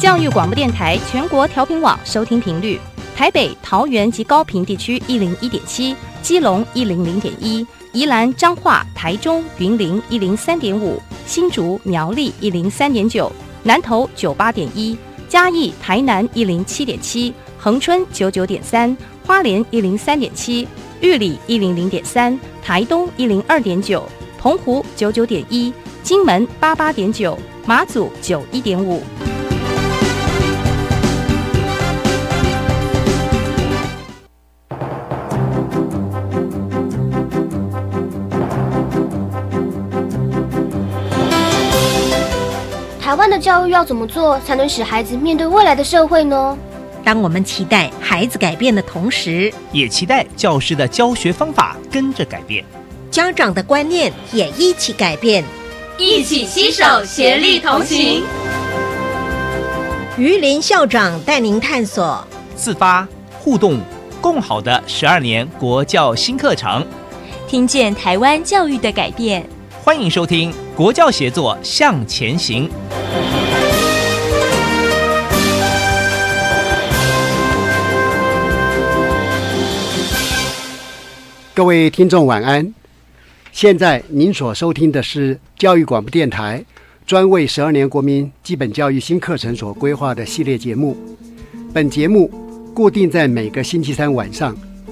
教育广播电台全国调频网收听频率：台北、桃园及高屏地区101.7，基隆100.1，宜兰、彰化、台中、云林103.5，新竹、苗栗103.9，南投98.1，嘉义、台南107.7，恒春99.3，花莲103.7，玉里100.3，台东102.9，澎湖99.1，金门88.9，马祖91.5。 台湾的教育要怎么做才能使孩子面对未来的社会呢？ 当我们期待孩子改变的同时， 也期待教师的教学方法跟着改变， 家长的观念也一起改变， 一起携手协力同行。 于林校长带您探索自发、互动、共好的12年国教新课程， 听见台湾教育的改变。 欢迎收听国教协作向前行。 各位听众晚安，现在您所收听的是教育广播电台专为12年国民基本教育新课程所规划的系列节目。本节目固定在每个星期三晚上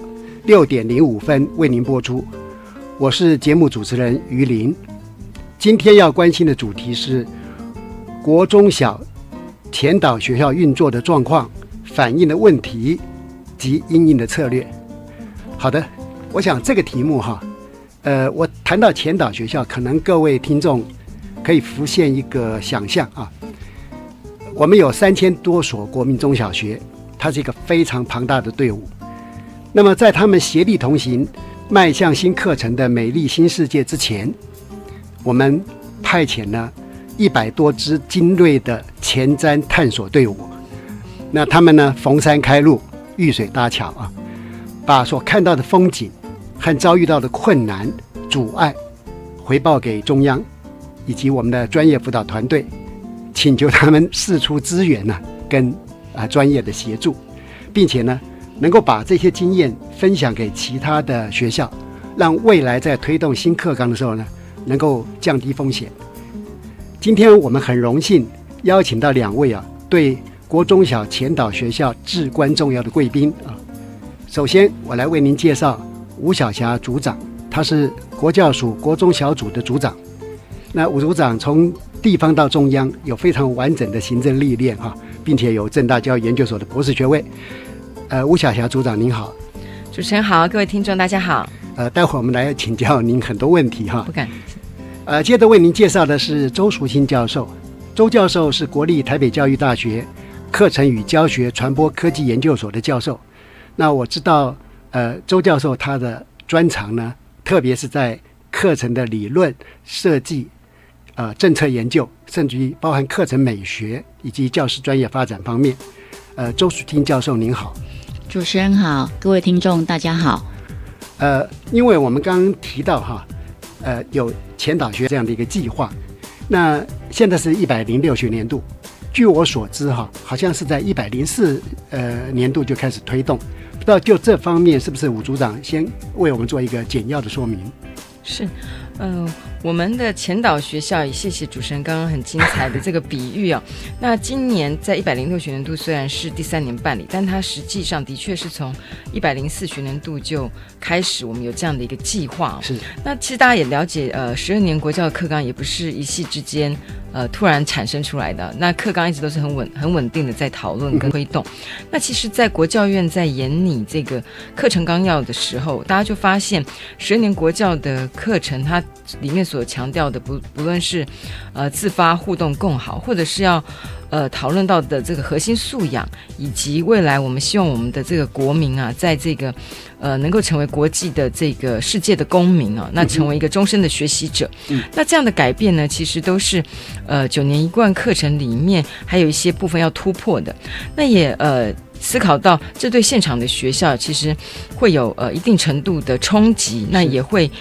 6点05分为您播出。我是节目主持人于林。今天要关心的主题是国中小前导学校运作的状况、反映的问题及因应的策略。好的，我想这个题目我谈到前导学校，可能各位听众可以浮现一个想象啊。我们有3000多所国民中小学，它是一个非常庞大的队伍。那么在他们协力同行迈向新课程的美丽新世界之前，我们派遣了100多支精锐的前瞻探索队伍。那他们呢，逢山开路，遇水搭桥啊，把所看到的风景和遭遇到的困难、阻碍回报给中央以及我们的专业辅导团队，请求他们释出资源跟专业的协助，并且呢，能够把这些经验分享给其他的学校，让未来在推动新课纲的时候呢，能够降低风险。今天我们很荣幸邀请到2位对国中小前导学校至关重要的贵宾啊。首先，我来为您介绍吴晓霞组长，他是国教署国中小组的组长。那吴组长从地方到中央有非常完整的行政历练并且有政大教育研究所的博士学位。吴晓霞组长您好。 主持人好，各位听众大家好。 待会儿我们来请教您很多问题不敢。 接着为您介绍的是周淑馨教授。周教授是国立台北教育大学课程与教学传播科技研究所的教授。那我知道周教授他的专长呢，特别是在课程的理论设计、政策研究，甚至于包含课程美学以及教师专业发展方面。周淑馨教授您好。 主持人好，各位听众大家好。 因为我们刚刚提到有前导学这样的一个计划，那现在是106学年度，据我所知好像是在104年度就开始推动，不知道就这方面是不是吴组长先为我们做一个简要的说明？ 是，我们的前导学校，也谢谢主持人刚刚很精彩的这个比喻那今年在106学年度虽然是第3年办理，但它实际上的确是从104学年度就开始，我们有这样的一个计划。 是。那其实大家也了解，12年国教的课纲也不是一夕之间突然产生出来的。那课纲一直都是很稳定的在讨论跟推动。那其实，在国教院在研拟这个课程纲要的时候，大家就发现12年国教的课程，它里面所强调的不论是自发、互动、共好，或者是要讨论到的这个核心素养，以及未来我们希望我们的这个国民在这个能够成为国际的这个世界的公民那成为一个终身的学习者。那这样的改变呢，其实都是9年一贯课程里面还有一些部分要突破的。那也思考到这对现场的学校其实会有一定程度的冲击，那也会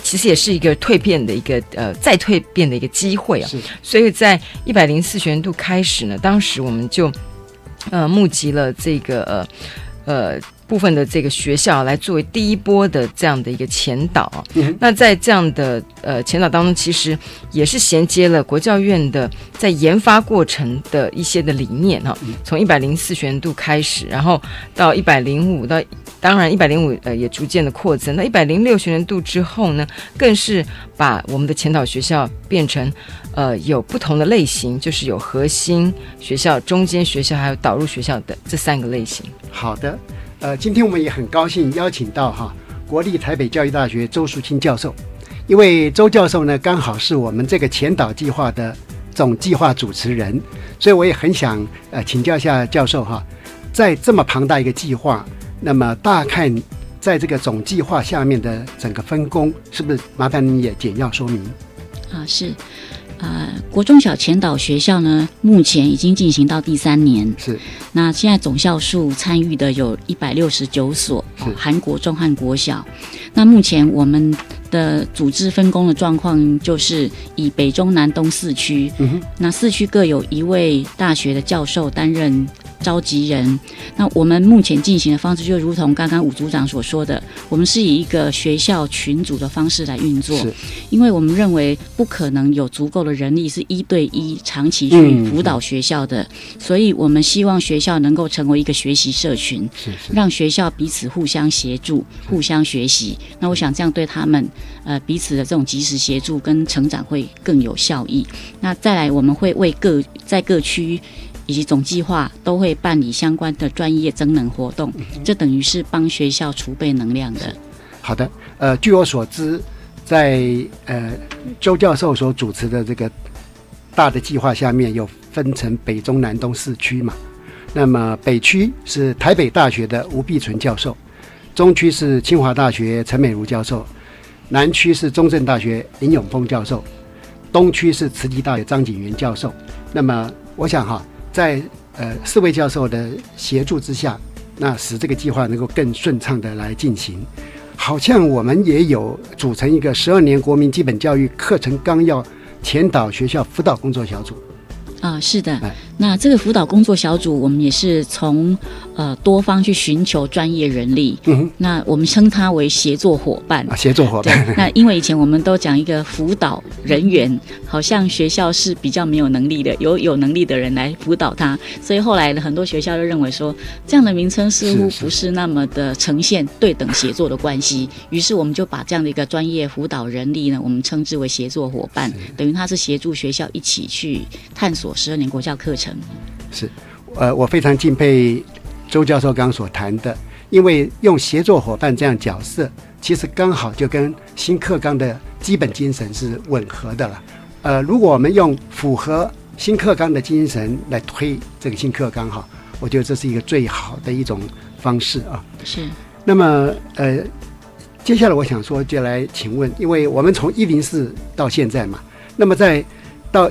其实也是一个蜕变的一个再蜕变的一个机会啊。所以在104学年度开始呢，当时我们就募集了这个部分的这个学校来作为第一波的这样的一个前导那在这样的前导当中，其实也是衔接了国教院的在研发过程的一些的理念从104学年度开始，然后到105到当然105也逐渐的扩增。那106学年度之后呢，更是把我们的前导学校变成有不同的类型，就是有核心学校、中间学校还有导入学校的这3个类型。 好的，今天我们也很高兴邀请到国立台北教育大学周淑清教授，因为周教授呢刚好是我们这个前导计划的总计划主持人，所以我也很想请教一下教授在这么庞大一个计划，那么大概在这个总计划下面的整个分工，是不是麻烦您也简要说明？ 是。国中小前导学校呢，目前已经进行到第3年。 是。 那现在总校数参与的有169所，含国中和国小。那目前我们的组织分工的状况，就是以北中南东4区，那4区各有1位大学的教授担任召集人。那我们目前进行的方式就如同刚刚伍组长所说的，我们是以一个学校群组的方式来运作，因为我们认为不可能有足够的人力是1对1长期去辅导学校的，所以我们希望学校能够成为一个学习社群，让学校彼此互相协助、互相学习。那我想这样对他们彼此的这种及时协助跟成长会更有效益。那再来，我们会为在各区以及总计划都会办理相关的专业增能活动，这等于是帮学校储备能量的。 好的，据我所知，在周教授所主持的这个大的计划下面，有分成北中南东4区嘛。那么北区是台北大学的吴碧纯教授，中区是清华大学陈美如教授，南区是中正大学林永峰教授，东区是慈济大学张景元教授。那么我想在4位教授的协助之下，那使这个计划能够更顺畅的来进行。好像我们也有组成一个12年国民基本教育课程纲要前导学校辅导工作小组。 是的，那这个辅导工作小组，我们也是从多方去寻求专业人力，那我们称它为协作伙伴。 协作伙伴。 那因为以前我们都讲一个辅导人员，好像学校是比较没有能力的，有能力的人来辅导他，所以后来很多学校就认为说，这样的名称似乎不是那么的呈现对等协作的关系，于是我们就把这样的一个专业辅导人力呢，我们称之为协作伙伴，等于他是协助学校一起去探索12年国教课程。 是，我非常敬佩周教授刚刚所谈的，因为用协作伙伴这样角色，其实刚好就跟新课纲的基本精神是吻合的了。如果我们用符合新课纲的精神来推这个新课纲我觉得这是一个最好的一种方式是。 那么接下来我想说，就来请问，因为我们从104到现在嘛，那么到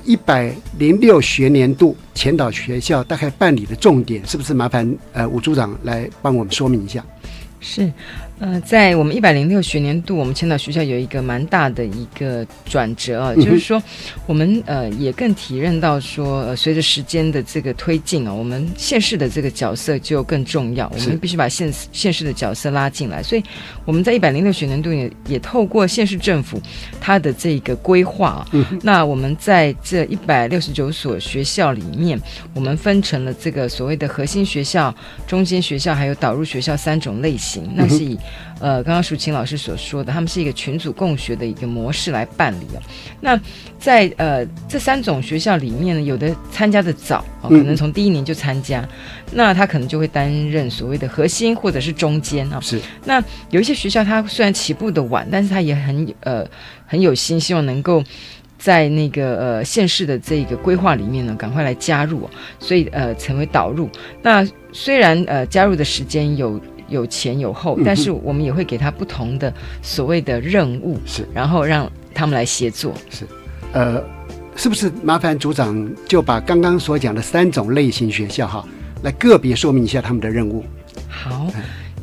106学年度前导学校大概办理的重点，是不是麻烦伍组长来帮我们说明一下？ 是，在我们106学年度，我们前导学校有一个蛮大的一个转折就是说，我们也更体认到说，随着时间的这个推进我们县市的这个角色就更重要，我们必须把县市的角色拉进来，所以我们在106学年度也透过县市政府它的这个规划那我们在这169所学校里面，我们分成了这个所谓的核心学校、中间学校还有导入学校3种类型。那是以刚刚淑琴老师所说的，他们是一个群组共学的一个模式来办理那在这3种学校里面呢，有的参加的早可能从第1年就参加，那他可能就会担任所谓的核心或者是中间是。 那有一些学校他虽然起步的晚，但是他也很有心，希望能够在那个县市的这个规划里面呢，赶快来加入所以成为导入。那虽然加入的时间有前有后，但是我们也会给他不同的所谓的任务，然后让他们来协作。 是不是麻烦组长就把刚刚所讲的3种类型学校来个别说明一下他们的任务？ 好，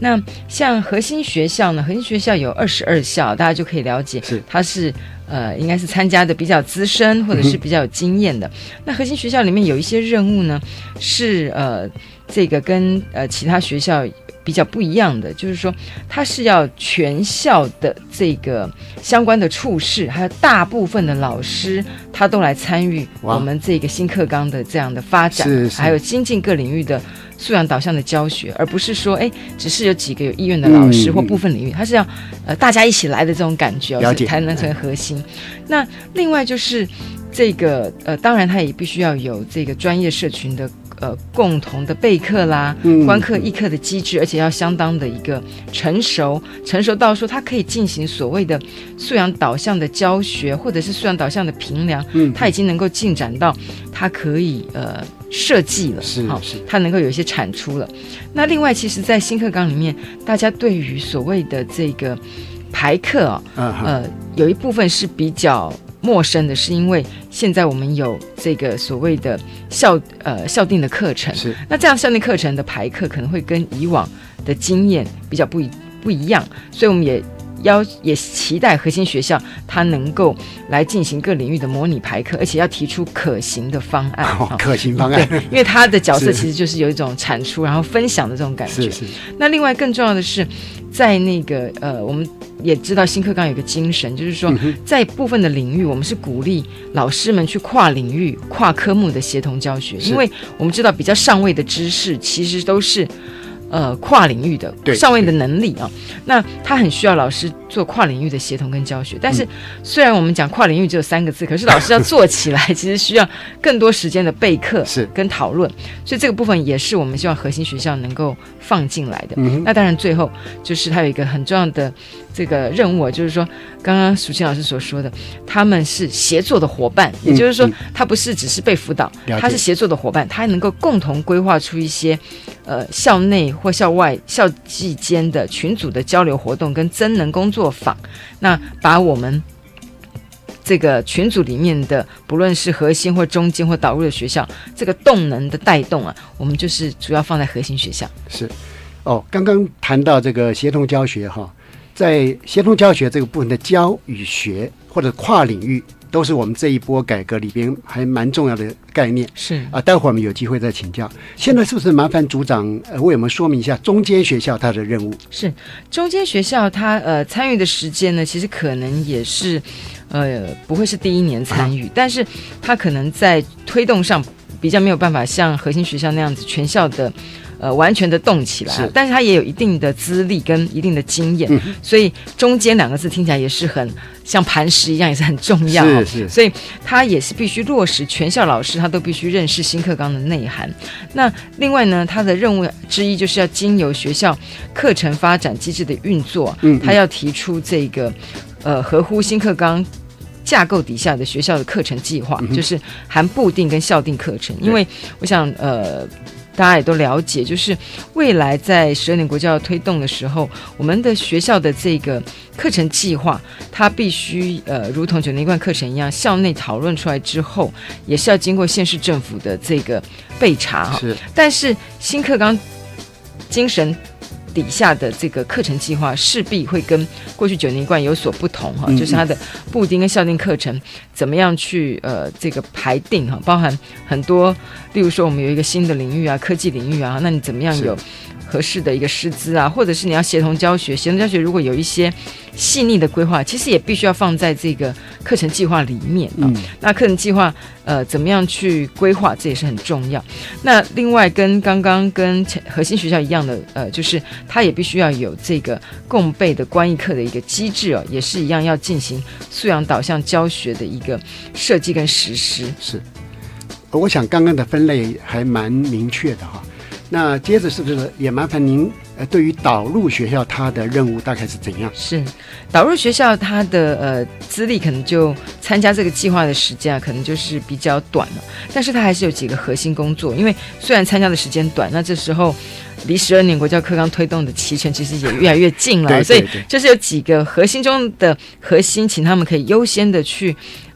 那像核心学校呢，核心学校有22校，大家就可以了解它是应该是参加的比较资深或者是比较有经验的。那核心学校里面有一些任务呢，是这个跟其他学校比较不一样的，就是说它是要全校的这个相关的处室，还有大部分的老师，他都来参与我们这个新课纲的这样的发展，还有精进各领域的素养导向的教学，而不是说只是有几个有意愿的老师或部分领域，它是要大家一起来的这种感觉，才能成为核心。那另外就是这个当然它也必须要有这个专业社群的共同的备课啦，观课议课的机制，而且要相当的一个成熟到说它可以进行所谓的素养导向的教学，或者是素养导向的评量，它已经能够进展到它可以设计了，它能够有一些产出了。那另外，其实，在新课纲里面，大家对于所谓的这个排课有一部分是比较陌生的，是因为现在我们有这个所谓的校订的课程，那这样校订课程的排课可能会跟以往的经验比较不一样，所以我们也期待核心学校它能够来进行各领域的模拟排课，而且要提出可行的方案。 可行方案， 对，因为它的角色其实就是有一种产出然后分享的这种感觉。那另外更重要的是，在那个我们也知道新课纲有个精神，就是说在部分的领域，我们是鼓励老师们去跨领域、跨科目的协同教学，因为我们知道比较上位的知识其实都是跨领域的上位的能力啊，那他很需要老师做跨领域的协同跟教学。但是虽然我们讲跨领域只有3个字，可是老师要做起来，其实需要更多时间的备课跟讨论，所以这个部分也是我们希望核心学校能够放进来的。那当然最后就是它有一个很重要的这个任务，就是说刚刚淑清老师所说的，他们是协作的伙伴，也就是说他不是只是被辅导，他是协作的伙伴，他能够共同规划出一些校内或校外校际间的群组的交流活动跟增能工作坊，那把我们这个群组里面的不论是核心或中间或导入的学校，这个动能的带动啊，我们就是主要放在核心学校。 刚刚谈到这个协同教学在协同教学这个部分的教与学或者跨领域，都是我们这一波改革里边还蛮重要的概念。待会儿我们有机会再请教。现在是不是麻烦组长为我们说明一下中间学校它的任务？ 中间学校它参与的时间呢，其实可能也是不会是第1年参与，但是它可能在推动上比较没有办法像核心学校那样子全校的完全的动起来，但是它也有一定的资历跟一定的经验，所以中间2个字听起来也是很像磐石一样，也是很重要。所以它也是必须落实全校老师他都必须认识新课纲的内涵。那另外呢，它的任务之一就是要经由学校课程发展机制的运作，它要提出这个合乎新课纲架构底下的学校的课程计划，就是含部定跟校定课程。因为我想大家也都了解，就是未来在12年国教推动的时候，我们的学校的这个课程计划，它必须如同9年一贯课程一样，校内讨论出来之后，也是要经过县市政府的这个备查。但是新课纲精神底下的这个课程计划势必会跟过去9年一贯有所不同就是它的部定跟校定课程怎么样去这个排定包含很多，例如说我们有一个新的领域啊，科技领域啊，那你怎么样有合适的一个师资啊，或者是你要协同教学如果有一些细腻的规划，其实也必须要放在这个课程计划里面那课程计划怎么样去规划，这也是很重要。那另外跟刚刚跟核心学校一样的就是它也必须要有这个共备的观议课的一个机制也是一样要进行素养导向教学的一个设计跟实施。 我想刚刚的分类还蛮明确的那接着是不是也麻烦您对于导入学校它的任务大概是怎样？ 导入学校它的资历可能就参加这个计划的时间可能就是比较短了，但是它还是有几个核心工作。因为虽然参加的时间短，那这时候离12年国教课纲推动的期程其实也越来越近了所以就是有几个核心中的核心，请他们可以优先的去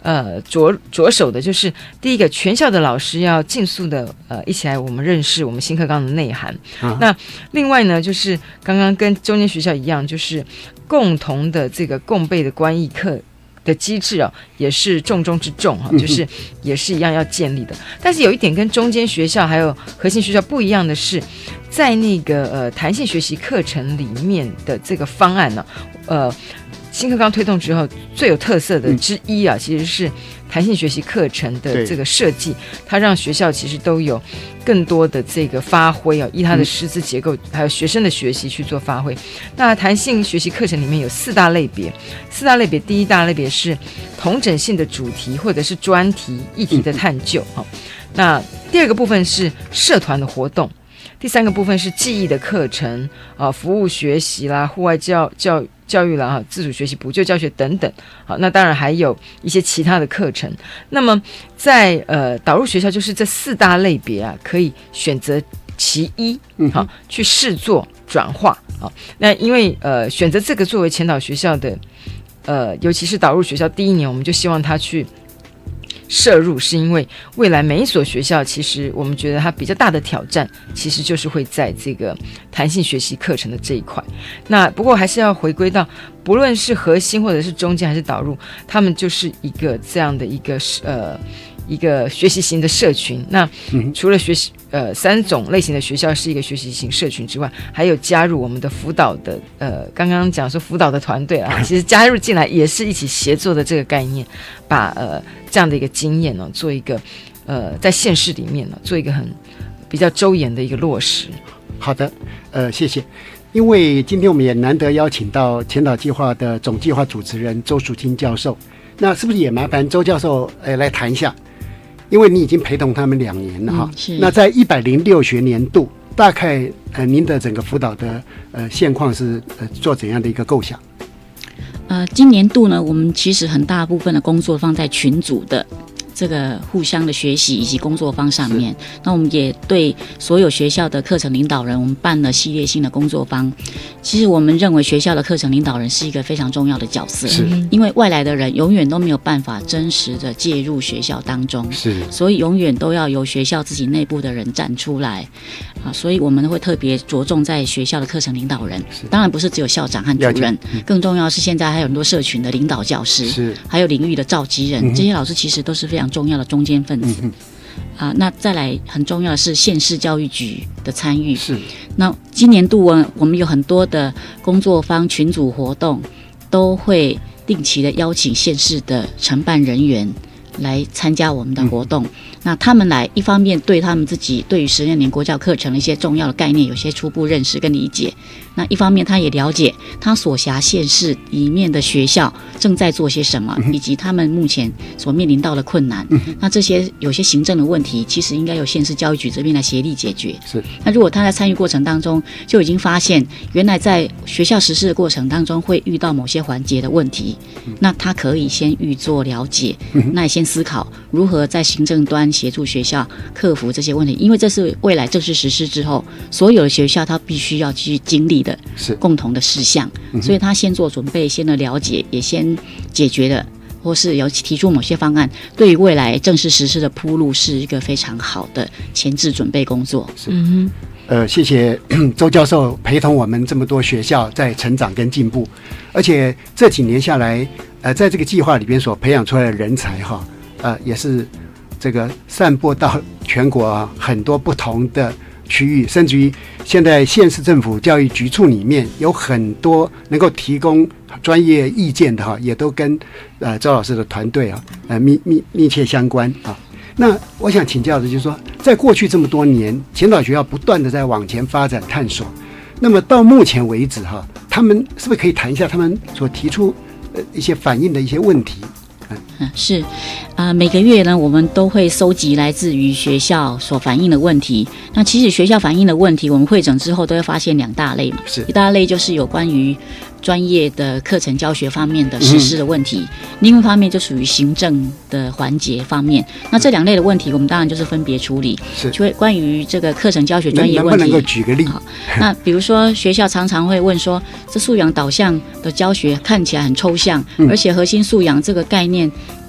着手的就是第一个，全校的老师要尽速的一起来我们认识我们新课纲的内涵。那另外呢，就是刚刚跟中间学校一样，就是共同的这个共备的观译课的机制也是重中之重就是也是一样要建立的。但是有一点跟中间学校还有核心学校不一样的是，在那个弹性学习课程里面的这个方案呢，新课纲推动之后最有特色的之一其实是弹性学习课程的这个设计，它让学校其实都有更多的这个发挥依它的师资结构还有学生的学习去做发挥。那弹性学习课程里面有4大类别，第一大类别是统整性的主题或者是专题议题的探究那第二个部分是社团的活动，第三个部分是记忆的课程服务学习啦、户外教育啦、自主学习、补救教学等等。好，那当然还有一些其他的课程。那么在导入学校，就是这4大类别可以选择其一，去试做转化。好，那因为选择这个作为前导学校的尤其是导入学校第1年，我们就希望他去摄入，是因为未来每一所学校其实我们觉得它比较大的挑战其实就是会在这个弹性学习课程的这一块。那不过还是要回归到不论是核心或者是中间还是导入，他们就是一个这样的一个学习型的社群。那除了学习3种类型的学校是一个学习型社群之外，还有加入我们的辅导的刚刚讲说辅导的团队其实加入进来也是一起协作的这个概念，把这样的一个经验做一个在县市里面做一个很比较周延的一个落实。 好的，谢谢。因为今天我们也难得邀请到前导计划的总计划主持人周淑清教授，那是不是也麻烦周教授来谈一下？因为你已经陪同他们2年了那在106学年度，大概您的整个辅导的现况是做怎样的一个构想？ 今年度呢，我们其实很大部分的工作放在群组的这个互相的学习以及工作坊上面。那我们也对所有学校的课程领导人，我们办了系列性的工作坊。其实我们认为学校的课程领导人是一个非常重要的角色，因为外来的人永远都没有办法真实的介入学校当中，所以永远都要由学校自己内部的人站出来所以我们会特别着重在学校的课程领导人，当然不是只有校长和主任，更重要是现在还有很多社群的领导教师，还有领域的召集人，这些老师其实都是非常重要的中间分子那再来很重要的是县市教育局的参与。那今年度我们有很多的工作坊、群组活动，都会定期的邀请县市的承办人员来参加我们的活动。那他们来一方面对他们自己对于16年国教课程的一些重要的概念有些初步认识跟理解，那一方面他也了解他所辖县市里面的学校正在做些什么，以及他们目前所面临到的困难。那这些有些行政的问题其实应该由县市教育局这边来协力解决。那如果他在参与过程当中就已经发现原来在学校实施的过程当中会遇到某些环节的问题，那他可以先预做了解，那也先思考如何在行政端协助学校克服这些问题，因为这是未来正式实施之后所有的学校他必须要去经历的共同的事项，所以他先做准备，先的了解，也先解决了，或是有提出某些方案，对于未来正式实施的铺路是一个非常好的前置准备工作。 谢谢周教授陪同我们这么多学校在成长跟进步，而且这几年下来在这个计划里边所培养出来的人才也是这个散播到全国很多不同的区域，甚至于现在县市政府教育局处里面有很多能够提供专业意见的也都跟周老师的团队密切相关那我想请教的就是说，在过去这么多年，前导学校不断的在往前发展探索，那么到目前为止他们是不是可以谈一下他们所提出一些反映的一些问题？ 是每个月呢，我们都会收集来自于学校所反映的问题。那其实学校反映的问题，我们汇整之后都会发现2大类嘛。一大类就是有关于专业的课程教学方面的实施的问题，另外一方面就属于行政的环节方面。那这2类的问题，我们当然就是分别处理。就会关于这个课程教学专业问题， 能不能够举个例？ 那比如说学校常常会问说，这素养导向的教学看起来很抽象，而且核心素养这个概念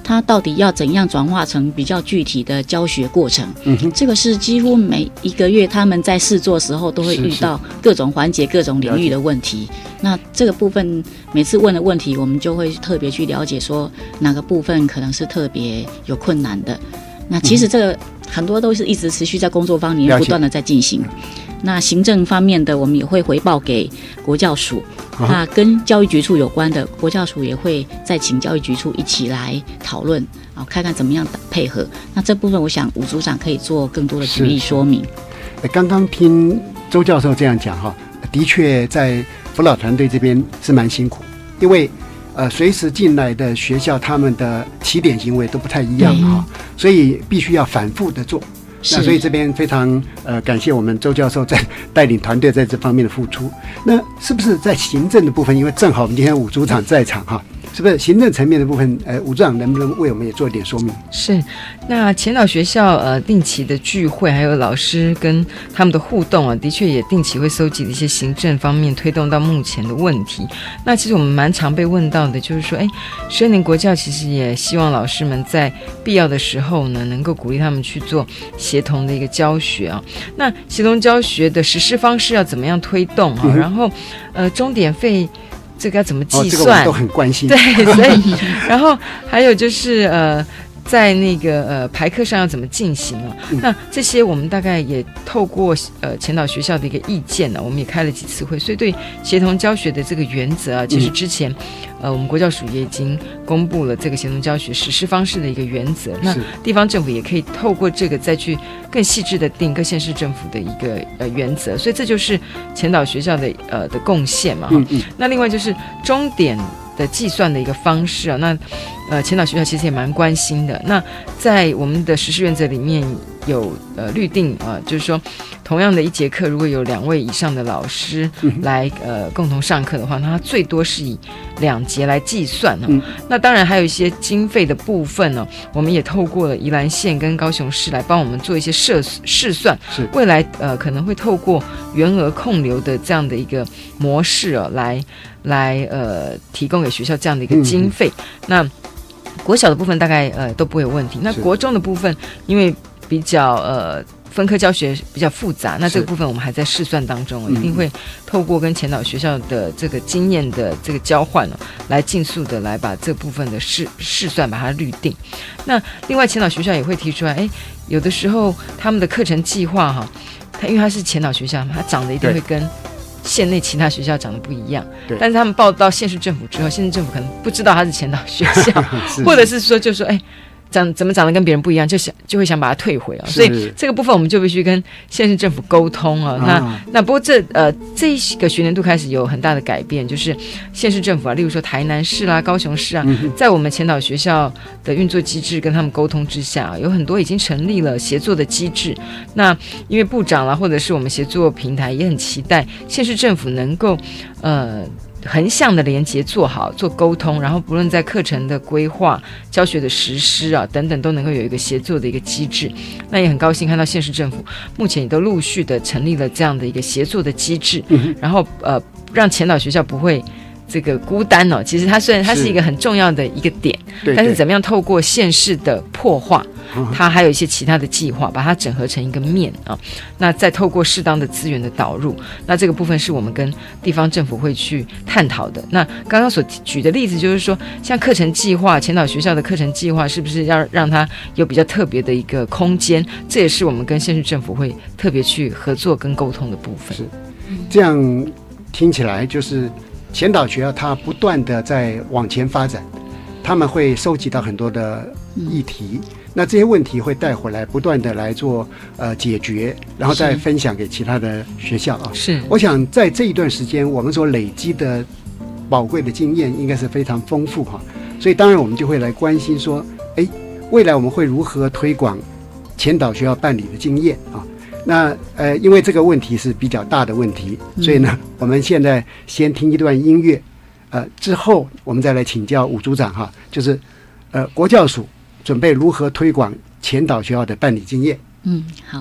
它到底要怎样转化成比较具体的教学过程。这个是几乎每一个月他们在试做时候都会遇到各种环节、各种领域的问题。那这个部分每次问的问题，我们就会特别去了解说哪个部分可能是特别有困难的。那其实这个很多都是一直持续在工作坊里面不断的在进行。那行政方面的我们也会回报给国教署，那跟教育局处有关的国教署也会再请教育局处一起来讨论，看看怎么样配合。那这部分我想吴组长可以做更多的举例说明。 刚刚听周教授这样讲哈，的确在辅导团队这边是蛮辛苦，因为随时进来的学校他们的起点行为都不太一样哈，所以必须要反复的做。那所以这边非常感谢我们周教授在带领团队在这方面的付出。那是不是在行政的部分，因为正好我们今天吴组长在场哈，是不是行政层面的部分，吴组长能不能为我们也做一点说明？ 是，那前导学校定期的聚会，还有老师跟他们的互动啊，的确也定期会搜集的一些行政方面推动到目前的问题。那其实我们蛮常被问到的，就是说，12年国教其实也希望老师们在必要的时候呢，能够鼓励他们去做协同的一个教学啊。那协同教学的实施方式要怎么样推动啊？然后钟点费这个要怎么计算？ 这个我们都很关心。 对，所以然后还有就是在那个排课上要怎么进行啊？那这些我们大概也透过前导学校的一个意见呢，我们也开了几次会，所以对协同教学的这个原则啊，其实之前我们国教署也已经公布了这个协同教学实施方式的一个原则。那地方政府也可以透过这个再去更细致的定各县市政府的一个原则，所以这就是前导学校的贡献嘛。那另外就是终点的计算的一个方式啊，那前导学校其实也蛮关心的。那在我们的实施原则里面有律定就是说同样的一节课如果有2位以上的老师来共同上课的话，那它最多是以2节来计算那当然还有一些经费的部分呢，我们也透过了宜兰县跟高雄市来帮我们做一些试算，未来可能会透过原额控留的这样的一个模式来提供给学校这样的一个经费。那国小的部分大概都不会有问题。那国中的部分因为比较分科教学比较复杂，那这个部分我们还在试算当中，一定会透过跟前导学校的这个经验的这个交换来尽速的来把这部分的试算把它律定。那另外前导学校也会提出来，有的时候他们的课程计划因为它是前导学校，它长得一定会跟县内其他学校长得不一样，但是他们报到县市政府之后，县市政府可能不知道他是前导学校或者是说就说怎么长得跟别人不一样，就会想把它退回所以这个部分我们就必须跟县市政府沟通那不过这一个学年度开始有很大的改变，就是县市政府例如说台南市啦、高雄市在我们前导学校的运作机制跟他们沟通之下，有很多已经成立了协作的机制。那因为部长啦或者是我们协作平台也很期待县市政府能够横向的连结做好做沟通，然后不论在课程的规划、教学的实施等等都能够有一个协作的一个机制。那也很高兴看到县市政府目前也都陆续的成立了这样的一个协作的机制，然后让前导学校不会这个孤单其实它虽然它是一个很重要的一个点，但是怎么样透过县市的破化，它还有一些其他的计划把它整合成一个面那再透过适当的资源的导入，那这个部分是我们跟地方政府会去探讨的。那刚刚所举的例子就是说，像课程计划，前导学校的课程计划是不是要让它有比较特别的一个空间，这也是我们跟县市政府会特别去合作跟沟通的部分。 是这样听起来就是前导学校它不断的在往前发展，他们会收集到很多的议题，那这些问题会带回来不断的来做解决，然后再分享给其他的学校是， 我想在这一段时间我们所累积的宝贵的经验应该是非常丰富所以当然我们就会来关心说未来我们会如何推广前导学校办理的经验那因为这个问题是比较大的问题，所以呢我们现在先听一段音乐之后我们再来请教吴组长就是国教署准备如何推广前导学校的办理经验。 好。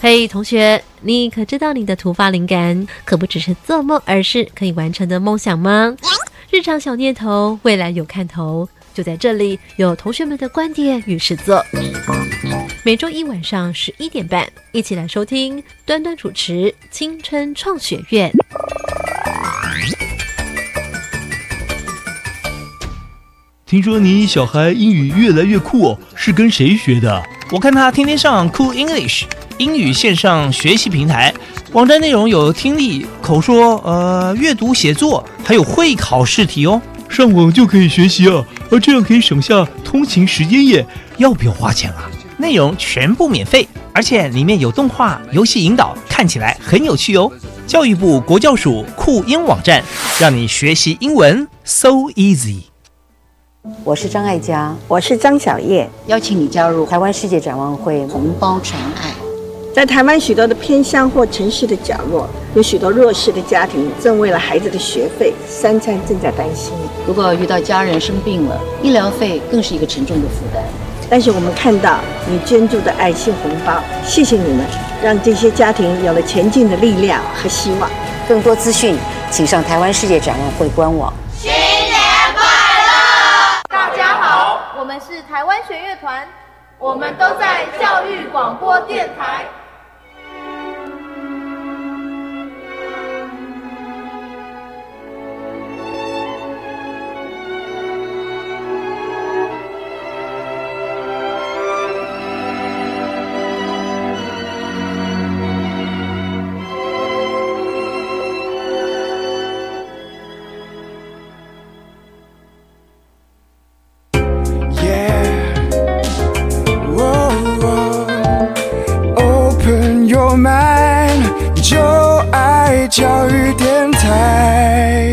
嘿，同学，你可知道你的突发灵感可不只是做梦，而是可以完成的梦想吗？日常小念头，未来有看头，就在这里有同学们的观点与实作。每周一晚上11点半，一起来收听端端主持青春创学院。 听说你小孩英语越来越酷哦，是跟谁学的？我看他天天上 Cool English 英语线上学习平台，网站内容有听力、口说、阅读、写作，还有会考试题哦。上网就可以学习啊，这样可以省下通勤时间耶。要不要花钱啊？内容全部免费，而且里面有动画、游戏引导，看起来很有趣哦。教育部国教署酷英网站，让你学习英文 so easy。 我是张爱嘉， 我是张小叶， 邀请你加入台湾世界展望会红包传爱。 在台湾许多的偏乡或城市的角落，有许多弱势的家庭正为了孩子的学费、三餐正在担心。 如果遇到家人生病了，医疗费更是一个沉重的负担。 但是我们看到你捐助的爱心红包，谢谢你们，让这些家庭有了前进的力量和希望。 更多资讯，请上台湾世界展望会官网。 我们是台湾弦乐团，我们都在教育广播电台。 教育电台，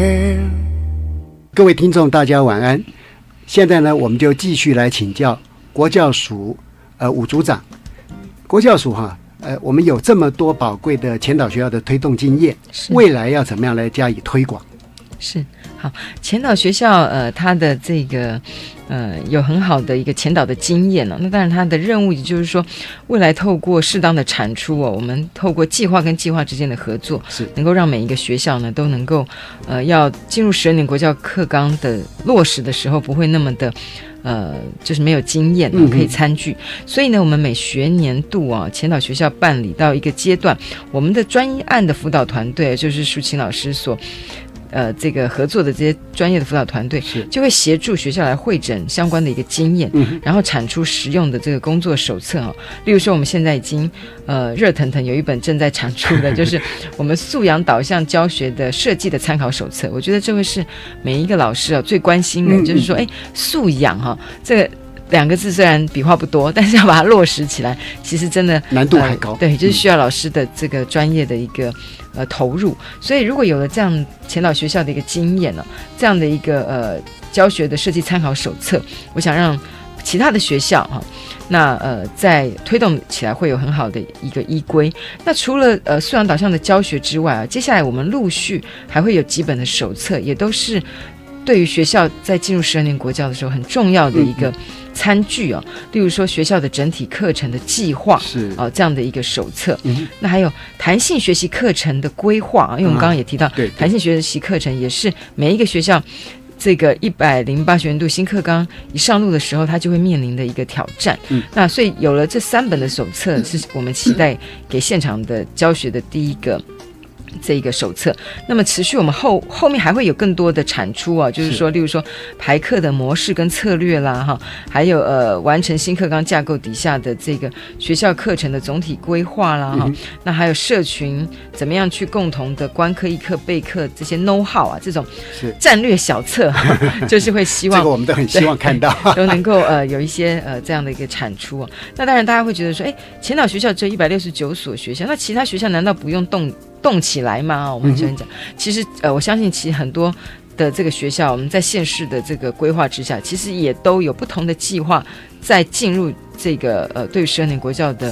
各位听众，大家晚安。现在呢，我们就继续来请教国教署伍组长。国教署我们有这么多宝贵的前导学校的推动经验，未来要怎么样来加以推广？ 是好，前导学校它的这个有很好的一个前导的经验那当然它的任务也就是说，未来透过适当的产出我们透过计划跟计划之间的合作，是能够让每一个学校呢都能够要进入12年国教课纲的落实的时候，不会那么的就是没有经验可以参与。所以呢，我们每学年度前导学校办理到一个阶段，我们的专案的辅导团队，就是淑琴老师所这个合作的这些专业的辅导团队，就会协助学校来汇整相关的一个经验，然后产出实用的这个工作手册例如说，我们现在已经热腾腾有一本正在产出的，就是我们素养导向教学的设计的参考手册。我觉得这会是每一个老师最关心的，就是说，素养这个2个字虽然笔画不多，但是要把它落实起来，其实真的难度还高。 对，就是需要老师的这个专业的一个投入。所以如果有了这样前导学校的一个经验这样的一个教学的设计参考手册，我想让其他的学校那在推动起来会有很好的一个依归。那除了素养导向的教学之外接下来我们陆续还会有几本的手册，也都是对于学校在进入12年国教的时候很重要的一个餐具例如说学校的整体课程的计划是这样的一个手册，那还有弹性学习课程的规划因为我们刚刚也提到，弹性学习课程也是每一个学校这个108学年度新课纲一上路的时候，它就会面临的一个挑战。那所以有了这3本的手册，是我们期待给现场的教学的第一个这一个手册。那么持续我们后面还会有更多的产出就是说例如说排课的模式跟策略啦还有完成新课纲架构底下的这个学校课程的总体规划啦那还有社群怎么样去共同的观课议课备课这些 know how 这种战略小册就是会希望这个我们都很希望看到都能够有一些这样的一个产出那当然大家会觉得说前导学校只有169所学校，那其他学校难道不用动起来吗？我们这样讲，其实我相信其实很多的这个学校，我们在县市的这个规划之下，其实也都有不同的计划在进入这个对于12年国教的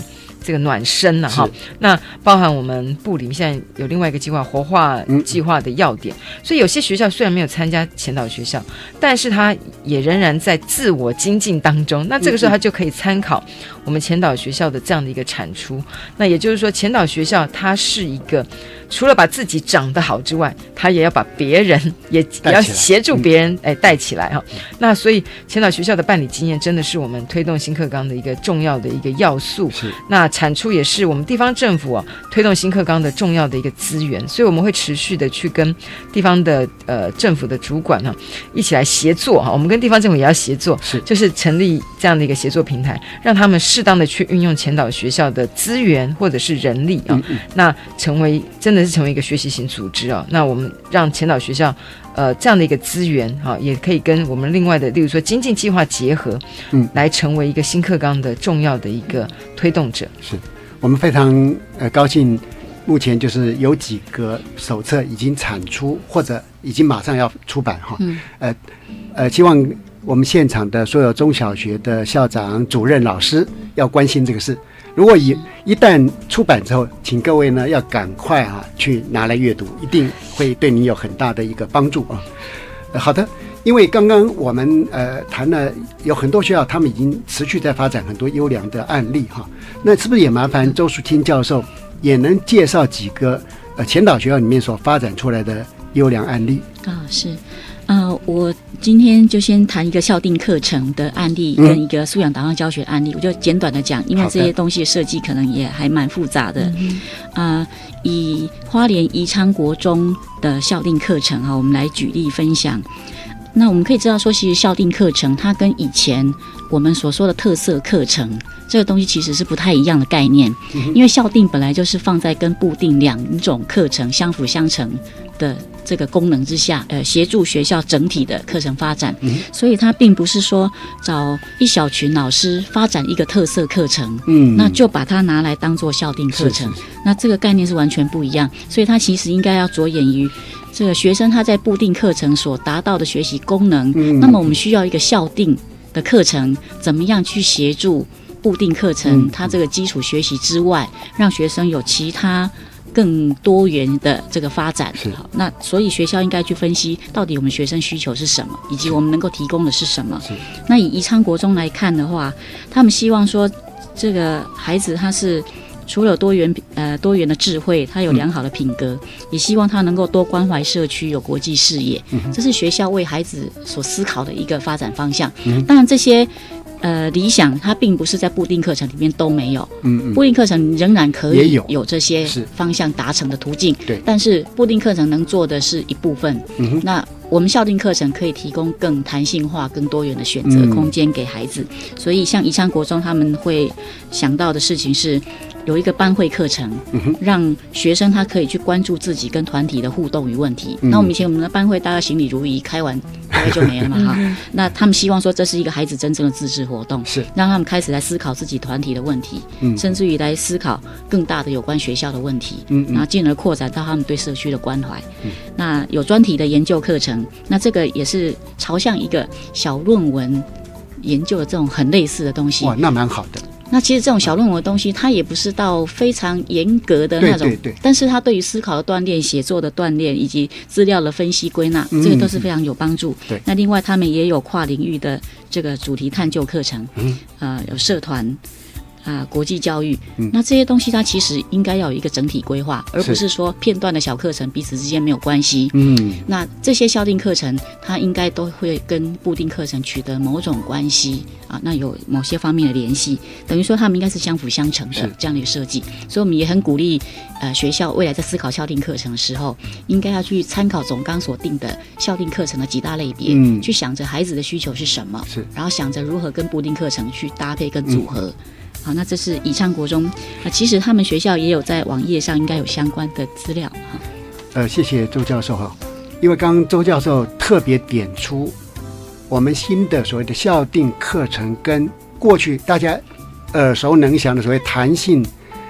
这个暖身了哈。那包含我们部里面现在有另外一个计划活化计划的要点，所以有些学校虽然没有参加前导学校，但是他也仍然在自我精进当中。那这个时候他就可以参考我们前导学校的这样的一个产出。那也就是说，前导学校它是一个除了把自己长得好之外，他也要把别人也要协助别人带起来哈。那所以前导学校的办理经验真的是我们推动新课纲的一个重要的一个要素。那产出也是我们地方政府推动新课纲的重要的一个资源，所以我们会持续的去跟地方的政府的主管一起来协作哈。我们跟地方政府也要协作，就是成立这样的一个协作平台，让他们适当的去运用前导学校的资源或者是人力那真的是成为一个学习型组织那我们让前导学校这样的一个资源也可以跟我们另外的例如说精进计划结合来成为一个新课纲的重要的一个推动者。 是我们非常高兴，目前就是有几个手册已经产出或者已经马上要出版希望我们现场的所有中小学的校长、主任、老师要关心这个事。如果一旦出版之后，请各位呢要赶快去拿来阅读，一定会对你有很大的一个帮助好的，因为刚刚我们谈了有很多学校，他们已经持续在发展很多优良的案例那是不是也麻烦周淑清教授也能介绍几个前导学校里面所发展出来的优良案例是。我今天就先谈一个校定课程的案例跟一个素养导向教学案例，我就简短的讲，因为这些东西的设计可能也还蛮复杂的。以花莲宜昌国中的校定课程我们来举例分享。那我们可以知道说，其实校定课程它跟以前我们所说的特色课程这个东西其实是不太一样的概念，因为校定本来就是放在跟部定两种课程相辅相成的这个功能之下，协助学校整体的课程发展，所以它并不是说找一小群老师发展一个特色课程，那就把它拿来当做校定课程，那这个概念是完全不一样，所以它其实应该要着眼于这个学生他在部定课程所达到的学习功能，那么我们需要一个校定的课程，怎么样去协助部定课程它这个基础学习之外，让学生有其他更多元的这个发展。那所以学校应该去分析到底我们学生需求是什么，以及我们能够提供的是什么。那以宜昌国中来看的话，他们希望说这个孩子他是除了多元的智慧，他有良好的品格，也希望他能够多关怀社区，有国际视野，这是学校为孩子所思考的一个发展方向。当然这些理想它并不是在部定课程里面都没有，部定课程仍然可以有这些方向达成的途径，但是部定课程能做的是一部分，那我们校定课程可以提供更弹性化、更多元的选择空间给孩子，所以像宜昌国中他们会想到的事情是有一个班会课程，让学生他可以去关注自己跟团体的互动与问题。那我们以前我们的班会大家行礼如仪，开完大概就没了嘛那他们希望说这是一个孩子真正的自治活动，让他们开始来思考自己团体的问题，甚至于来思考更大的有关学校的问题，然后进而扩展到他们对社区的关怀。那有专题的研究课程，那这个也是朝向一个小论文研究的这种很类似的东西。 哇，那蛮好的。 那其实这种小论文的东西，它也不是到非常严格的那种，但是它对于思考的锻炼、写作的锻炼以及资料的分析归纳，这个都是非常有帮助。那另外他们也有跨领域的这个主题探究课程，有社团。国际教育，那这些东西它其实应该要有一个整体规划，而不是说片段的小课程彼此之间没有关系。那这些校定课程它应该都会跟部定课程取得某种关系那有某些方面的联系，等于说他们应该是相辅相成的这样的一个设计。所以我们也很鼓励学校未来在思考校定课程的时候，应该要去参考总纲所定的校定课程的几大类别，去想着孩子的需求是什么，然后想着如何跟部定课程去搭配跟组合。好，那这是宜昌国中其实他们学校也有在网页上应该有相关的资料谢谢周教授因为刚刚周教授特别点出我们新的所谓的校定课程跟过去大家耳熟能详的所谓弹性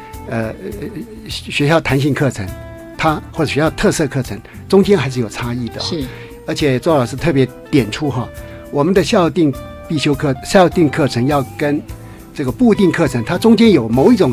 学校弹性课程，它或者学校特色课程中间还是有差异的而且周老师特别点出我们的校定必修课、校定课程要跟这个部定课程，它中间有某一种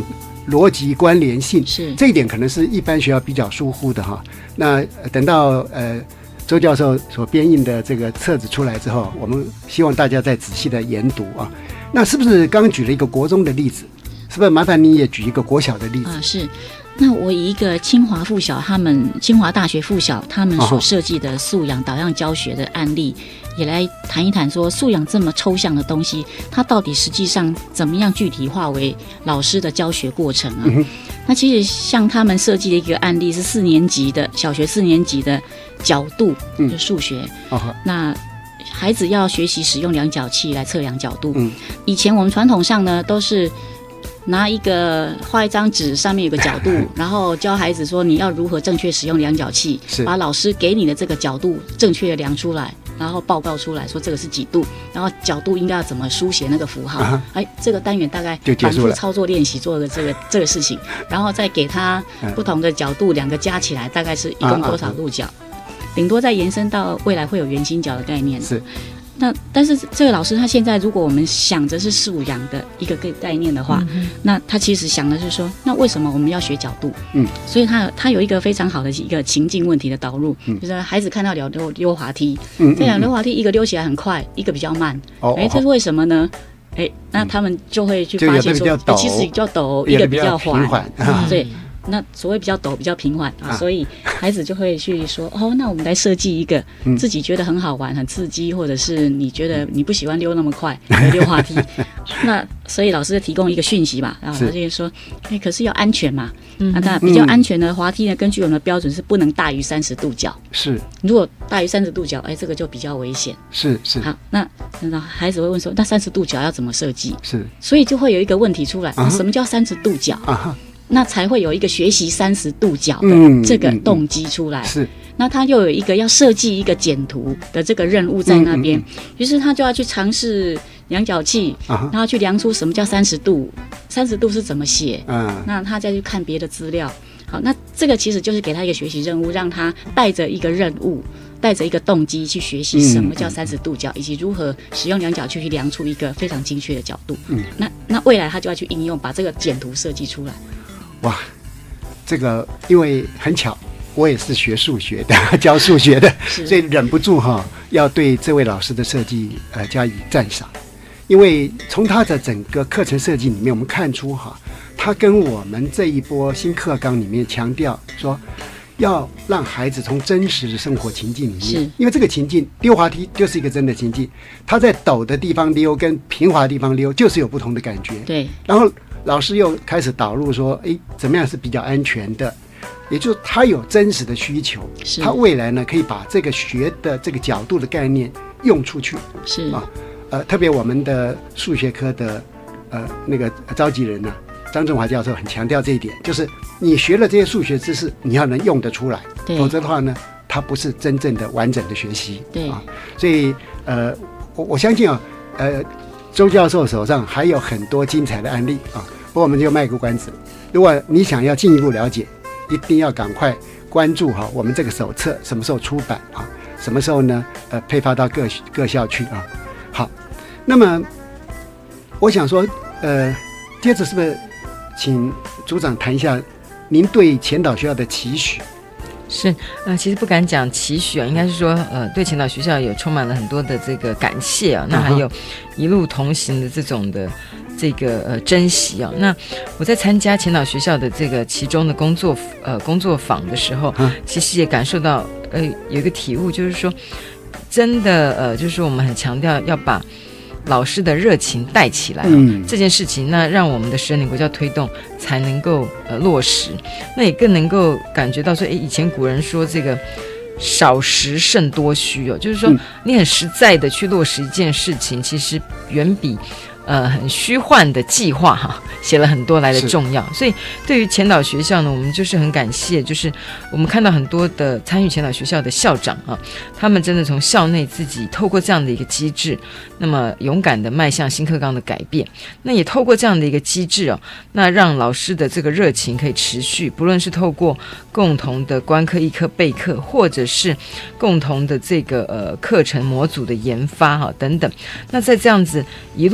逻辑关联性， 是这一点可能是一般学校比较疏忽的哈。那等到周教授所编印的这个册子出来之后，我们希望大家再仔细的研读啊。那是不是刚举了一个国中的例子？是不是麻烦你也举一个国小的例子？ 是。那我以一个清华大学附小他们所设计的素养导向教学的案例，也来谈一谈说素养这么抽象的东西，它到底实际上怎么样具体化为老师的教学过程啊？那其实像他们设计的一个案例是小学4年级的角度的数学，那孩子要学习使用量角器来测量角度。以前我们传统上呢都是画一张纸，上面有个角度，然后教孩子说你要如何正确使用量角器，把老师给你的这个角度正确的量出来，然后报告出来说这个是几度，然后角度应该要怎么书写那个符号。这个单元大概反复操作练习做的这个事情，然后再给他不同的角度2个加起来大概是一共多少度角，顶多再延伸到未来会有圆心角的概念。是。但是这个老师他现在如果我们想着是素养的一个概念的话，那他其实想的是说，那为什么我们要学角度？所以他有一个非常好的一个情境问题的导入，就是孩子看到溜滑梯，这两溜滑梯一个溜起来很快，一个比较慢，这是为什么呢？那他们就会去发现说，其实比较陡，一个比较缓，对。那所谓比较陡比较平缓所以孩子就会去说那我们来设计一个自己觉得很好玩很刺激，或者是你觉得你不喜欢溜那么快溜滑梯那所以老师提供一个讯息吧，然后他就说可是要安全嘛，那比较安全的滑梯呢，根据我们的标准是不能大于30度角，是如果大于30度角这个就比较危险，是好，那孩子会问说那30度角要怎么设计，是所以就会有一个问题出来，什么叫30度角那才会有一个学习30度角的这个动机出来。是，那他又有一个要设计一个简图的这个任务在那边，于是他就要去尝试量角器，然后去量出什么叫30度，30度是怎么写，那他再去看别的资料。好，那这个其实就是给他一个学习任务，让他带着一个任务，带着一个动机去学习什么叫30度角，以及如何使用量角器去量出一个非常精确的角度。那未来他就要去应用，把这个简图设计出来。 哇，这个因为很巧，我也是学数学的，教数学的，所以忍不住要对这位老师的设计加以赞赏。因为从他的整个课程设计里面，我们看出他跟我们这一波新课纲里面强调说，要让孩子从真实的生活情境里面，因为这个情境溜滑梯就是一个真的情境，他在陡的地方溜跟平滑的地方溜就是有不同的感觉。对，然后老师又开始导入说，怎么样是比较安全的，也就是他有真实的需求，他未来呢可以把这个学的这个角度的概念用出去。是特别我们的数学科的那个召集人张正华教授很强调这一点，就是你学了这些数学知识，你要能用得出来，否则的话呢，它不是真正的完整的学习。对所以我相信周教授手上还有很多精彩的案例不过我们就卖个关子。如果你想要进一步了解，一定要赶快关注我们这个手册什么时候出版什么时候呢配发到各校去好，那么我想说接着是不是请组长谈一下您对前导学校的期许？ 是其实不敢讲期许应该是说对前导学校有充满了很多的这个感谢那还有一路同行的这种的这个珍惜那我在参加前导学校的这个其中的工作坊的时候其实也感受到有一个体悟，就是说真的就是我们很强调要把老师的热情带起来这件事情，那让我们的12年国教推动才能够落实，那也更能够感觉到说以前古人说这个少实胜多虚就是说你很实在的去落实一件事情，其实远比很虚幻的计划写了很多来的重要。所以对于前导学校呢，我们就是很感谢，就是我们看到很多的参与前导学校的校长他们真的从校内自己透过这样的一个机制，那么勇敢的迈向新课纲的改变，那也透过这样的一个机制那让老师的这个热情可以持续，不论是透过共同的观课、议课、备课，或者是共同的这个课程模组的研发等等，那在这样子一路同行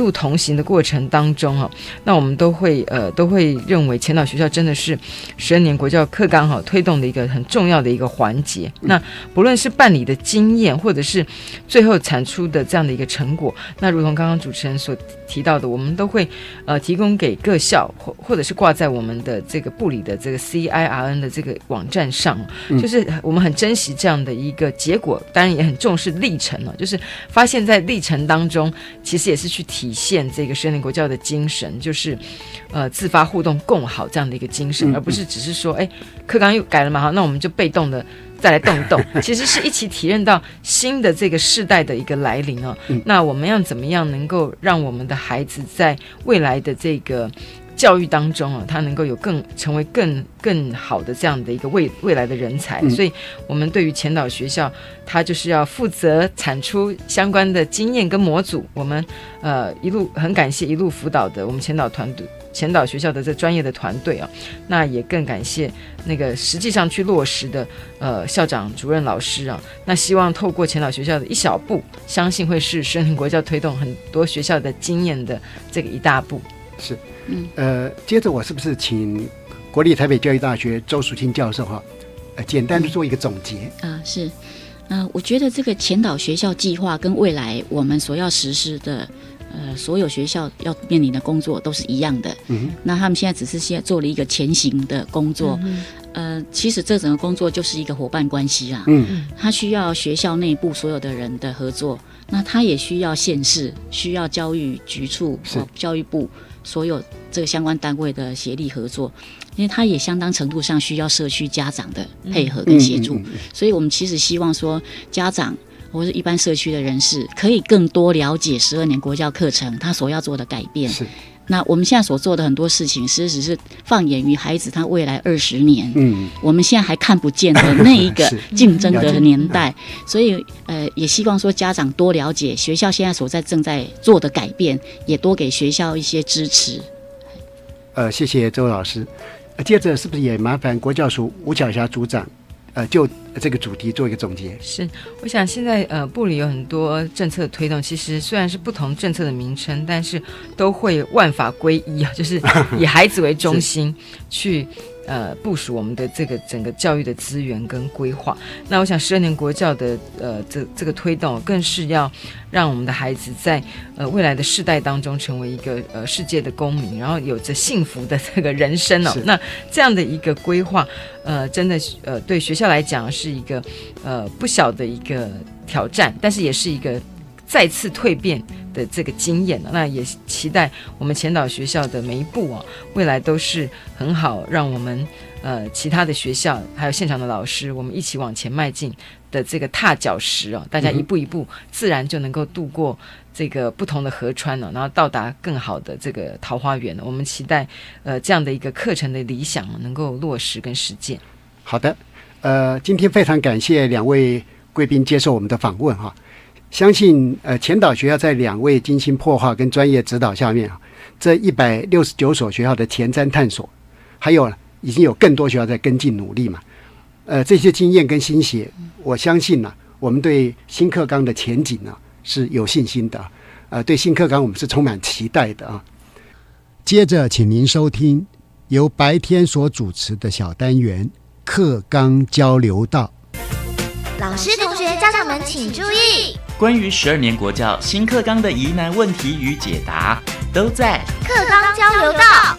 行的过程当中那我们都会认为前导学校真的是12年国教课纲推动的一个很重要的一个环节。那不论是办理的经验，或者是最后产出的这样的一个成果，那如同刚刚主持人所提到的，我们都会提供给各校，或者是挂在我们的这个部里的这个 CIRN 的这个网站上，就是我们很珍惜这样的一个结果，当然也很重视历程就是发现在历程当中，其实也是去体现这个12年国教的精神，就是自发互动共好这样的一个精神，而不是只是说课纲又改了嘛，好，那我们就被动的再来动一动，其实是一起体认到新的这个世代的一个来临那我们要怎么样能够让我们的孩子在未来的这个教育当中他能够有成为更好的这样的一个未来的人才，所以我们对于前导学校，它就是要负责产出相关的经验跟模组。我们一路很感谢一路辅导的我们前导学校的这专业的团队那也更感谢那个实际上去落实的校长、主任、老师那希望透过前导学校的一小步，相信会是12年国教推动很多学校的经验的这个一大步。 是，接着我是不是请国立台北教育大学周淑清教授简单的做一个总结是我觉得这个前导学校计划跟未来我们所要实施的所有学校要面临的工作都是一样的，那他们现在只是现在做了一个前行的工作，其实这整个工作就是一个伙伴关系啦，他需要学校内部所有的人的合作，那他也需要县市，需要教育局处、教育部所有这个相关单位的协力合作，因为他也相当程度上需要社区家长的配合跟协助，所以我们其实希望说家长或是一般社区的人士可以更多了解12年国教课程他所要做的改变。那我们现在所做的很多事情，其实只是放眼于孩子他未来20年，我们现在还看不见的那一个竞争的年代，所以也希望说家长多了解学校现在正在做的改变，也多给学校一些支持。 谢谢周老师。接着是不是也麻烦国教署吴巧霞组长就这个主题做一个总结？ 是，我想现在部里有很多政策的推动，其实虽然是不同政策的名称，但是都会万法归一就是以孩子为中心去部署我们的这个整个教育的资源跟规划。那我想12年国教的这个推动，更是要让我们的孩子在未来的世代当中成为一个世界的公民，然后有着幸福的这个人生那这样的一个规划真的对学校来讲是一个不小的一个挑战，但是也是一个再次蜕变的这个经验，那也期待我们前导学校的每一步未来都是很好，让我们其他的学校还有现场的老师，我们一起往前迈进的这个踏脚石大家一步一步自然就能够度过这个不同的河川然后到达更好的这个桃花源我们期待这样的一个课程的理想能够落实跟实践。 好的，今天非常感谢两位贵宾接受我们的访问相信前导学校在两位精心破化跟专业指导下面这169所学校的前瞻探索，还有已经有更多学校在跟进努力嘛，这些经验跟心血，我相信我们对新课纲的前景是有信心的对新课纲我们是充满期待的接着请您收听由白天所主持的小单元课纲交流道。 老师、同学、家长们请注意， 关于12年国教新课纲的疑难问题与解答，都在课纲交流道。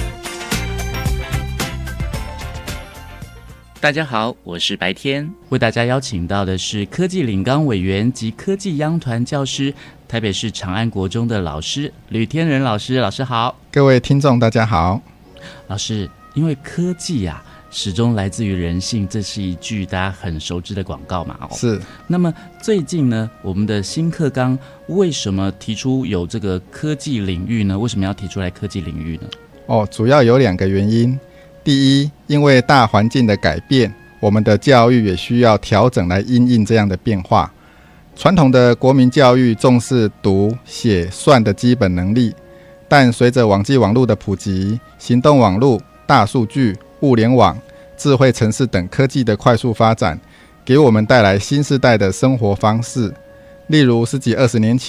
大家好，我是白天，为大家邀请到的是科技领纲委员及科技央团教师，台北市长安国中的老师吕天仁老师。老师好。 各位听众大家好。 老师，因为科技始终来自于人性，这是一句大家很熟知的广告嘛是。 那么最近呢，我们的新课纲为什么提出有这个科技领域呢？为什么要提出来科技领域呢？ 主要有2个原因。第一，因为大环境的改变，我们的教育也需要调整来因应这样的变化。传统的国民教育重视读写算的基本能力，但随着网际网络的普及，行动网络、大数据、物联网、智慧城市等科技的快速发展，给我们带来新世代的生活方式。例如10几20年前，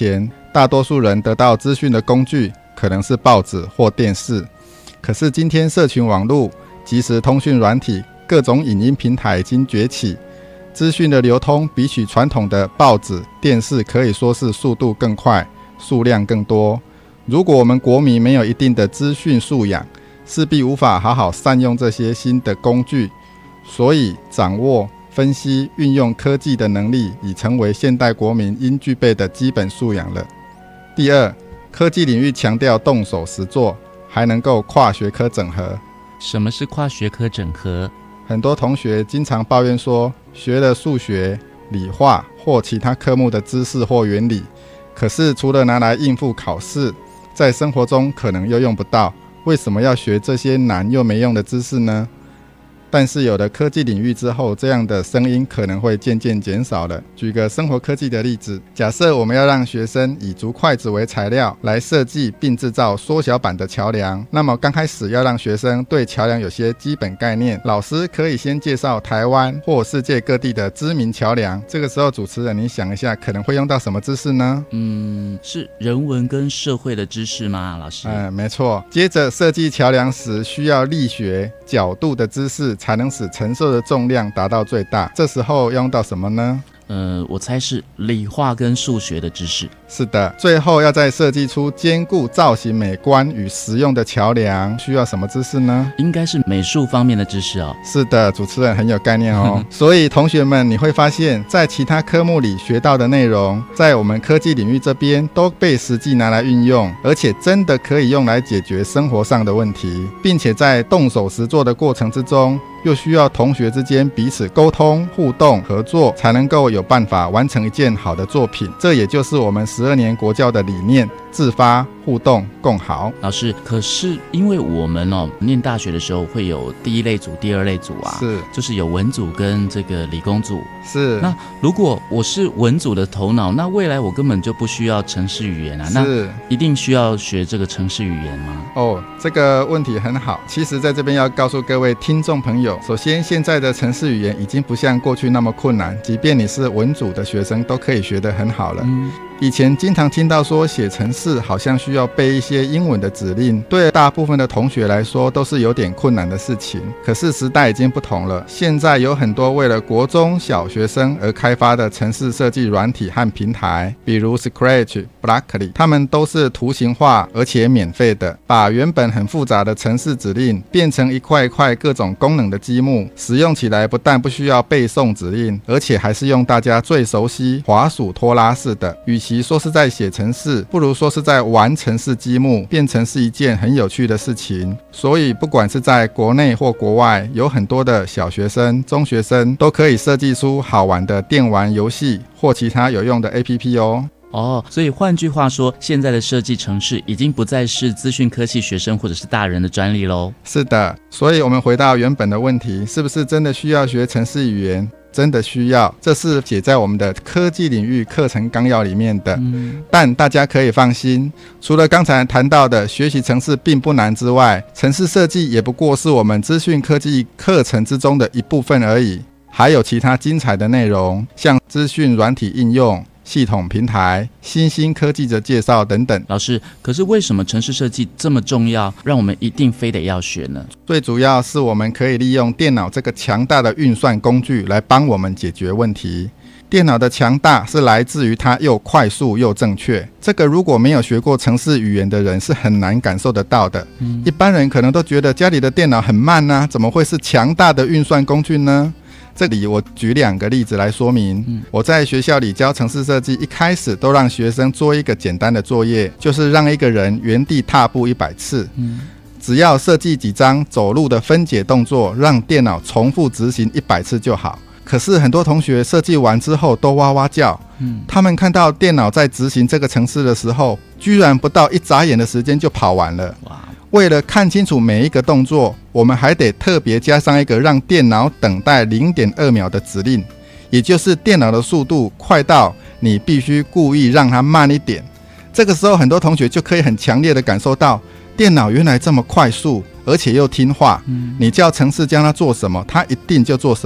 大多数人得到资讯的工具可能是报纸或电视，可是今天社群网络、即时通讯软体、各种影音平台已经崛起，资讯的流通比起传统的报纸、电视可以说是速度更快，数量更多。如果我们国民没有一定的资讯素养，势必无法好好善用这些新的工具，所以掌握、分析、运用科技的能力已成为现代国民应具备的基本素养了。第二，科技领域强调动手实作，还能够跨学科整合。 什么是跨学科整合？ 很多同学经常抱怨说，学了数学、理化或其他科目的知识或原理，可是除了拿来应付考试，在生活中可能又用不到，为什么要学这些难又没用的知识呢？但是有了科技领域之后，这样的声音可能会渐渐减少了。举个生活科技的例子，假设我们要让学生以竹筷子为材料来设计并制造缩小版的桥梁，那么刚开始要让学生对桥梁有些基本概念，老师可以先介绍台湾或世界各地的知名桥梁。这个时候主持人你想一下，可能会用到什么知识呢？ 是人文跟社会的知识吗，老师？ 没错。接着设计桥梁时需要力学、角度的知识，才能使承受的重量达到最大。这时候用到什么呢？ 我猜是理化跟数学的知识。 是的，最后要再设计出兼顾造型美观与实用的桥梁，需要什么知识呢？ 应该是美术方面的知识哦。 是的，主持人很有概念哦。所以同学们，你会发现在其他科目里学到的内容，在我们科技领域这边都被实际拿来运用，而且真的可以用来解决生活上的问题，并且在动手实作的过程之中，又需要同学之间彼此沟通、互动、合作，才能够有办法完成一件好的作品。这也就是我们12年国教的理念：自发、互动、共好。 老师，可是因为我们念大学的时候会有第一类组、第二类组啊， 是， 就是有文组跟这个理工组。 是。 那如果我是文组的头脑，那未来我根本就不需要程式语言啊，那一定需要学这个程式语言吗？ 这个问题很好。其实在这边要告诉各位听众朋友，首先现在的程式语言已经不像过去那么困难，即便你是文组的学生都可以学得很好了。以前经常听到说写程式好像需要背一些英文的指令，对大部分的同学来说都是有点困难的事情。可是时代已经不同了，现在有很多为了国中小学生而开发的程式设计软体和平台，比如 Scratch、Blockly， 它们都是图形化而且免费的，把原本很复杂的程式指令变成一块一块各种功能的积木，使用起来不但不需要背诵指令，而且还是用大家最熟悉滑鼠拖拉式的。与其说是在写程式，不如说是在玩程式积木，变成是一件很有趣的事情。所以不管是在国内或国外，有很多的小学生、中学生都可以设计出好玩的电玩游戏或其他有用的 APP 哦。 所以换句话说，现在的设计程式已经不再是资讯科技学生或者是大人的专利咯。 是的，所以我们回到原本的问题，是不是真的需要学程式语言？真的需要，这是写在我们的科技领域课程纲要里面的。但大家可以放心，除了刚才谈到的学习程式并不难之外，程式设计也不过是我们资讯科技课程之中的一部分而已，还有其他精彩的内容，像资讯软体应用、系统平台、新兴科技的介绍等等。 老师，可是为什么程式设计这么重要，让我们一定非得要学呢？ 最主要是我们可以利用电脑这个强大的运算工具来帮我们解决问题。电脑的强大是来自于它又快速又正确，这个如果没有学过程式语言的人是很难感受得到的。一般人可能都觉得家里的电脑很慢啊，怎么会是强大的运算工具呢？这里我举2个例子来说明。我在学校里教程式设计，一开始都让学生做一个简单的作业，就是让一个人原地踏步100次。只要设计几张走路的分解动作，让电脑重复执行100次就好。可是很多同学设计完之后都哇哇叫，他们看到电脑在执行这个程式的时候，居然不到一眨眼的时间就跑完了。为了看清楚每一个动作，我们还得特别加上一个让电脑等待 0.2 秒的指令，也就是电脑的速度快到你必须故意让它慢一点。这个时候很多同学就可以很强烈的感受到电脑原来这么快速，而且又听话，你叫程式将它做什么，它一定就做什么。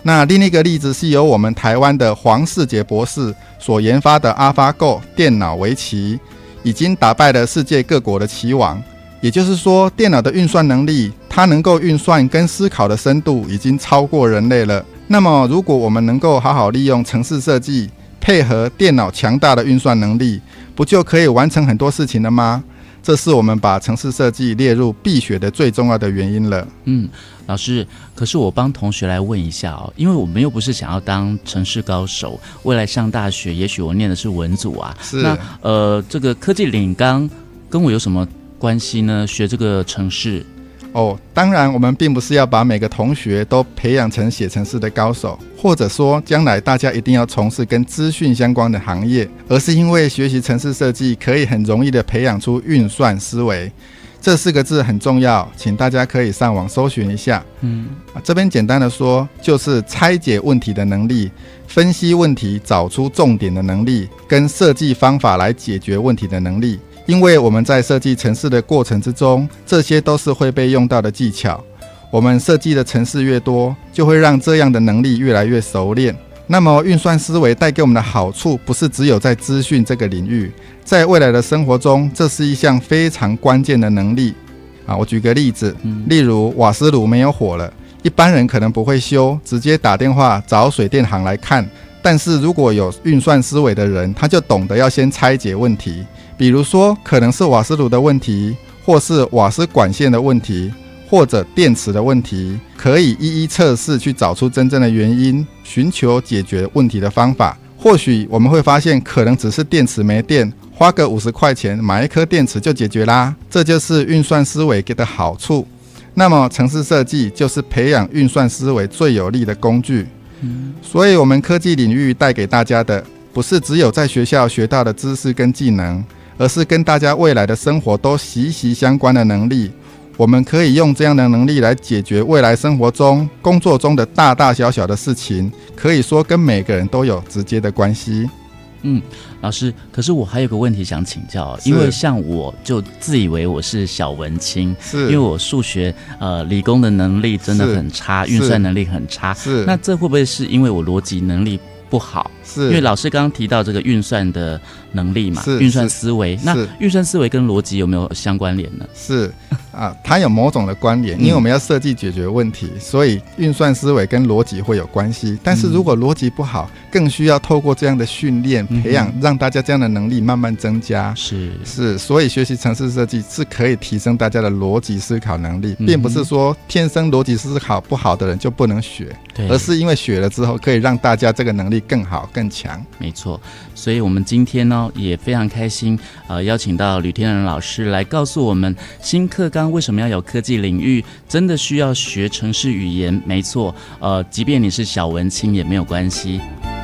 那另一个例子是由我们台湾的黄世杰博士所研发的 AlphaGo 电脑围棋，已经打败了世界各国的棋王。也就是说，电脑的运算能力，它能够运算跟思考的深度已经超过人类了。那么如果我们能够好好利用程式设计，配合电脑强大的运算能力，不就可以完成很多事情了吗？这是我们把程式设计列入必学的最重要的原因了。 老师，可是我帮同学来问一下哦，因为我们又不是想要当程式高手，未来上大学，也许我念的是文组啊。 是。 那这个科技领纲跟我有什么关系呢？学这个程式？ 当然我们并不是要把每个同学都培养成写程式的高手，或者说将来大家一定要从事跟资讯相关的行业，而是因为学习程式设计可以很容易的培养出运算思维。这4个字很重要，请大家可以上网搜寻一下。这边简单的说，就是拆解问题的能力，分析问题找出重点的能力，跟设计方法来解决问题的能力。因为我们在设计程式的过程之中，这些都是会被用到的技巧。我们设计的程式越多，就会让这样的能力越来越熟练。那么运算思维带给我们的好处，不是只有在资讯这个领域，在未来的生活中，这是一项非常关键的能力。我举个例子，例如瓦斯炉没有火了，一般人可能不会修，直接打电话找水电行来看。但是如果有运算思维的人，他就懂得要先拆解问题，比如说可能是瓦斯炉的问题，或是瓦斯管线的问题，或者电池的问题，可以一一测试去找出真正的原因，寻求解决问题的方法。或许我们会发现可能只是电池没电，花个50块钱买一颗电池就解决啦。这就是运算思维给的好处。那么程式设计就是培养运算思维最有力的工具。所以我们科技领域带给大家的，不是只有在学校学到的知识跟技能，而是跟大家未来的生活都息息相关的能力。我们可以用这样的能力来解决未来生活中、工作中的大大小小的事情，可以说跟每个人都有直接的关系。 老师，可是我还有个问题想请教，因为像我就自以为我是小文青，因为我数学理工的能力真的很差，运算能力很差，那这会不会是因为我逻辑能力不好？因为老师刚刚提到这个运算的能力嘛，运算思维，那运算思维跟逻辑有没有相关联呢？ 它有某种的关联，因为我们要设计解决问题，所以运算思维跟逻辑会有关系。但是如果逻辑不好，更需要透过这样的训练培养，让大家这样的能力慢慢增加。所以学习程式设计是可以提升大家的逻辑思考能力，并不是说天生逻辑思考不好的人就不能学，而是因为学了之后可以让大家这个能力更好更强。 没错，所以我们今天呢也非常开心，邀请到吕天仁老师来告诉我们新课纲为什么要有科技领域，真的需要学程式语言。没错，即便你是小文青也没有关系。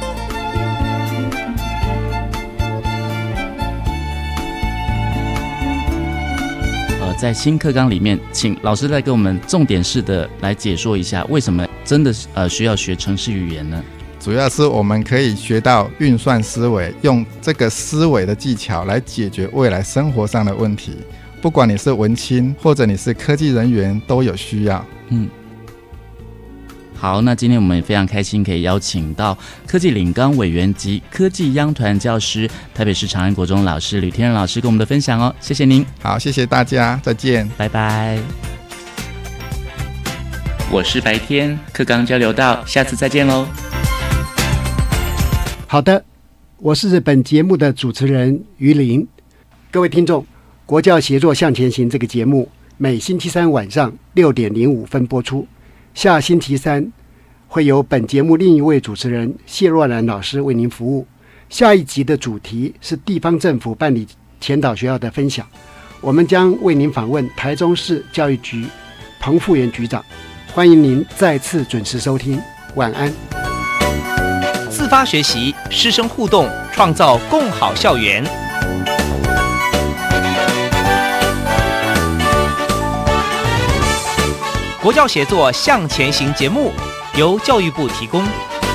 在新课纲里面，请老师来给我们重点式的来解说一下，为什么真的需要学程式语言呢？ 主要是我们可以学到运算思维，用这个思维的技巧来解决未来生活上的问题，不管你是文青或者你是科技人员都有需要。 好，那今天我们也非常开心可以邀请到科技领纲委员及科技央团教师，台北市长安国中老师吕天仁老师跟我们的分享哦，谢谢您。 好，谢谢大家，再见， 拜拜。我是白天课纲交流道，下次再见喽。 好的，我是本节目的主持人于林。各位听众，国教协作向前行这个节目每星期三晚上6点05分播出，下星期三会由本节目另一位主持人谢若兰老师为您服务。下一集的主题是地方政府办理前导学校的分享，我们将为您访问台中市教育局彭富源局长，欢迎您再次准时收听，晚安。 自发学习，师生互动，创造共好校园。国教协作向前行节目由教育部提供。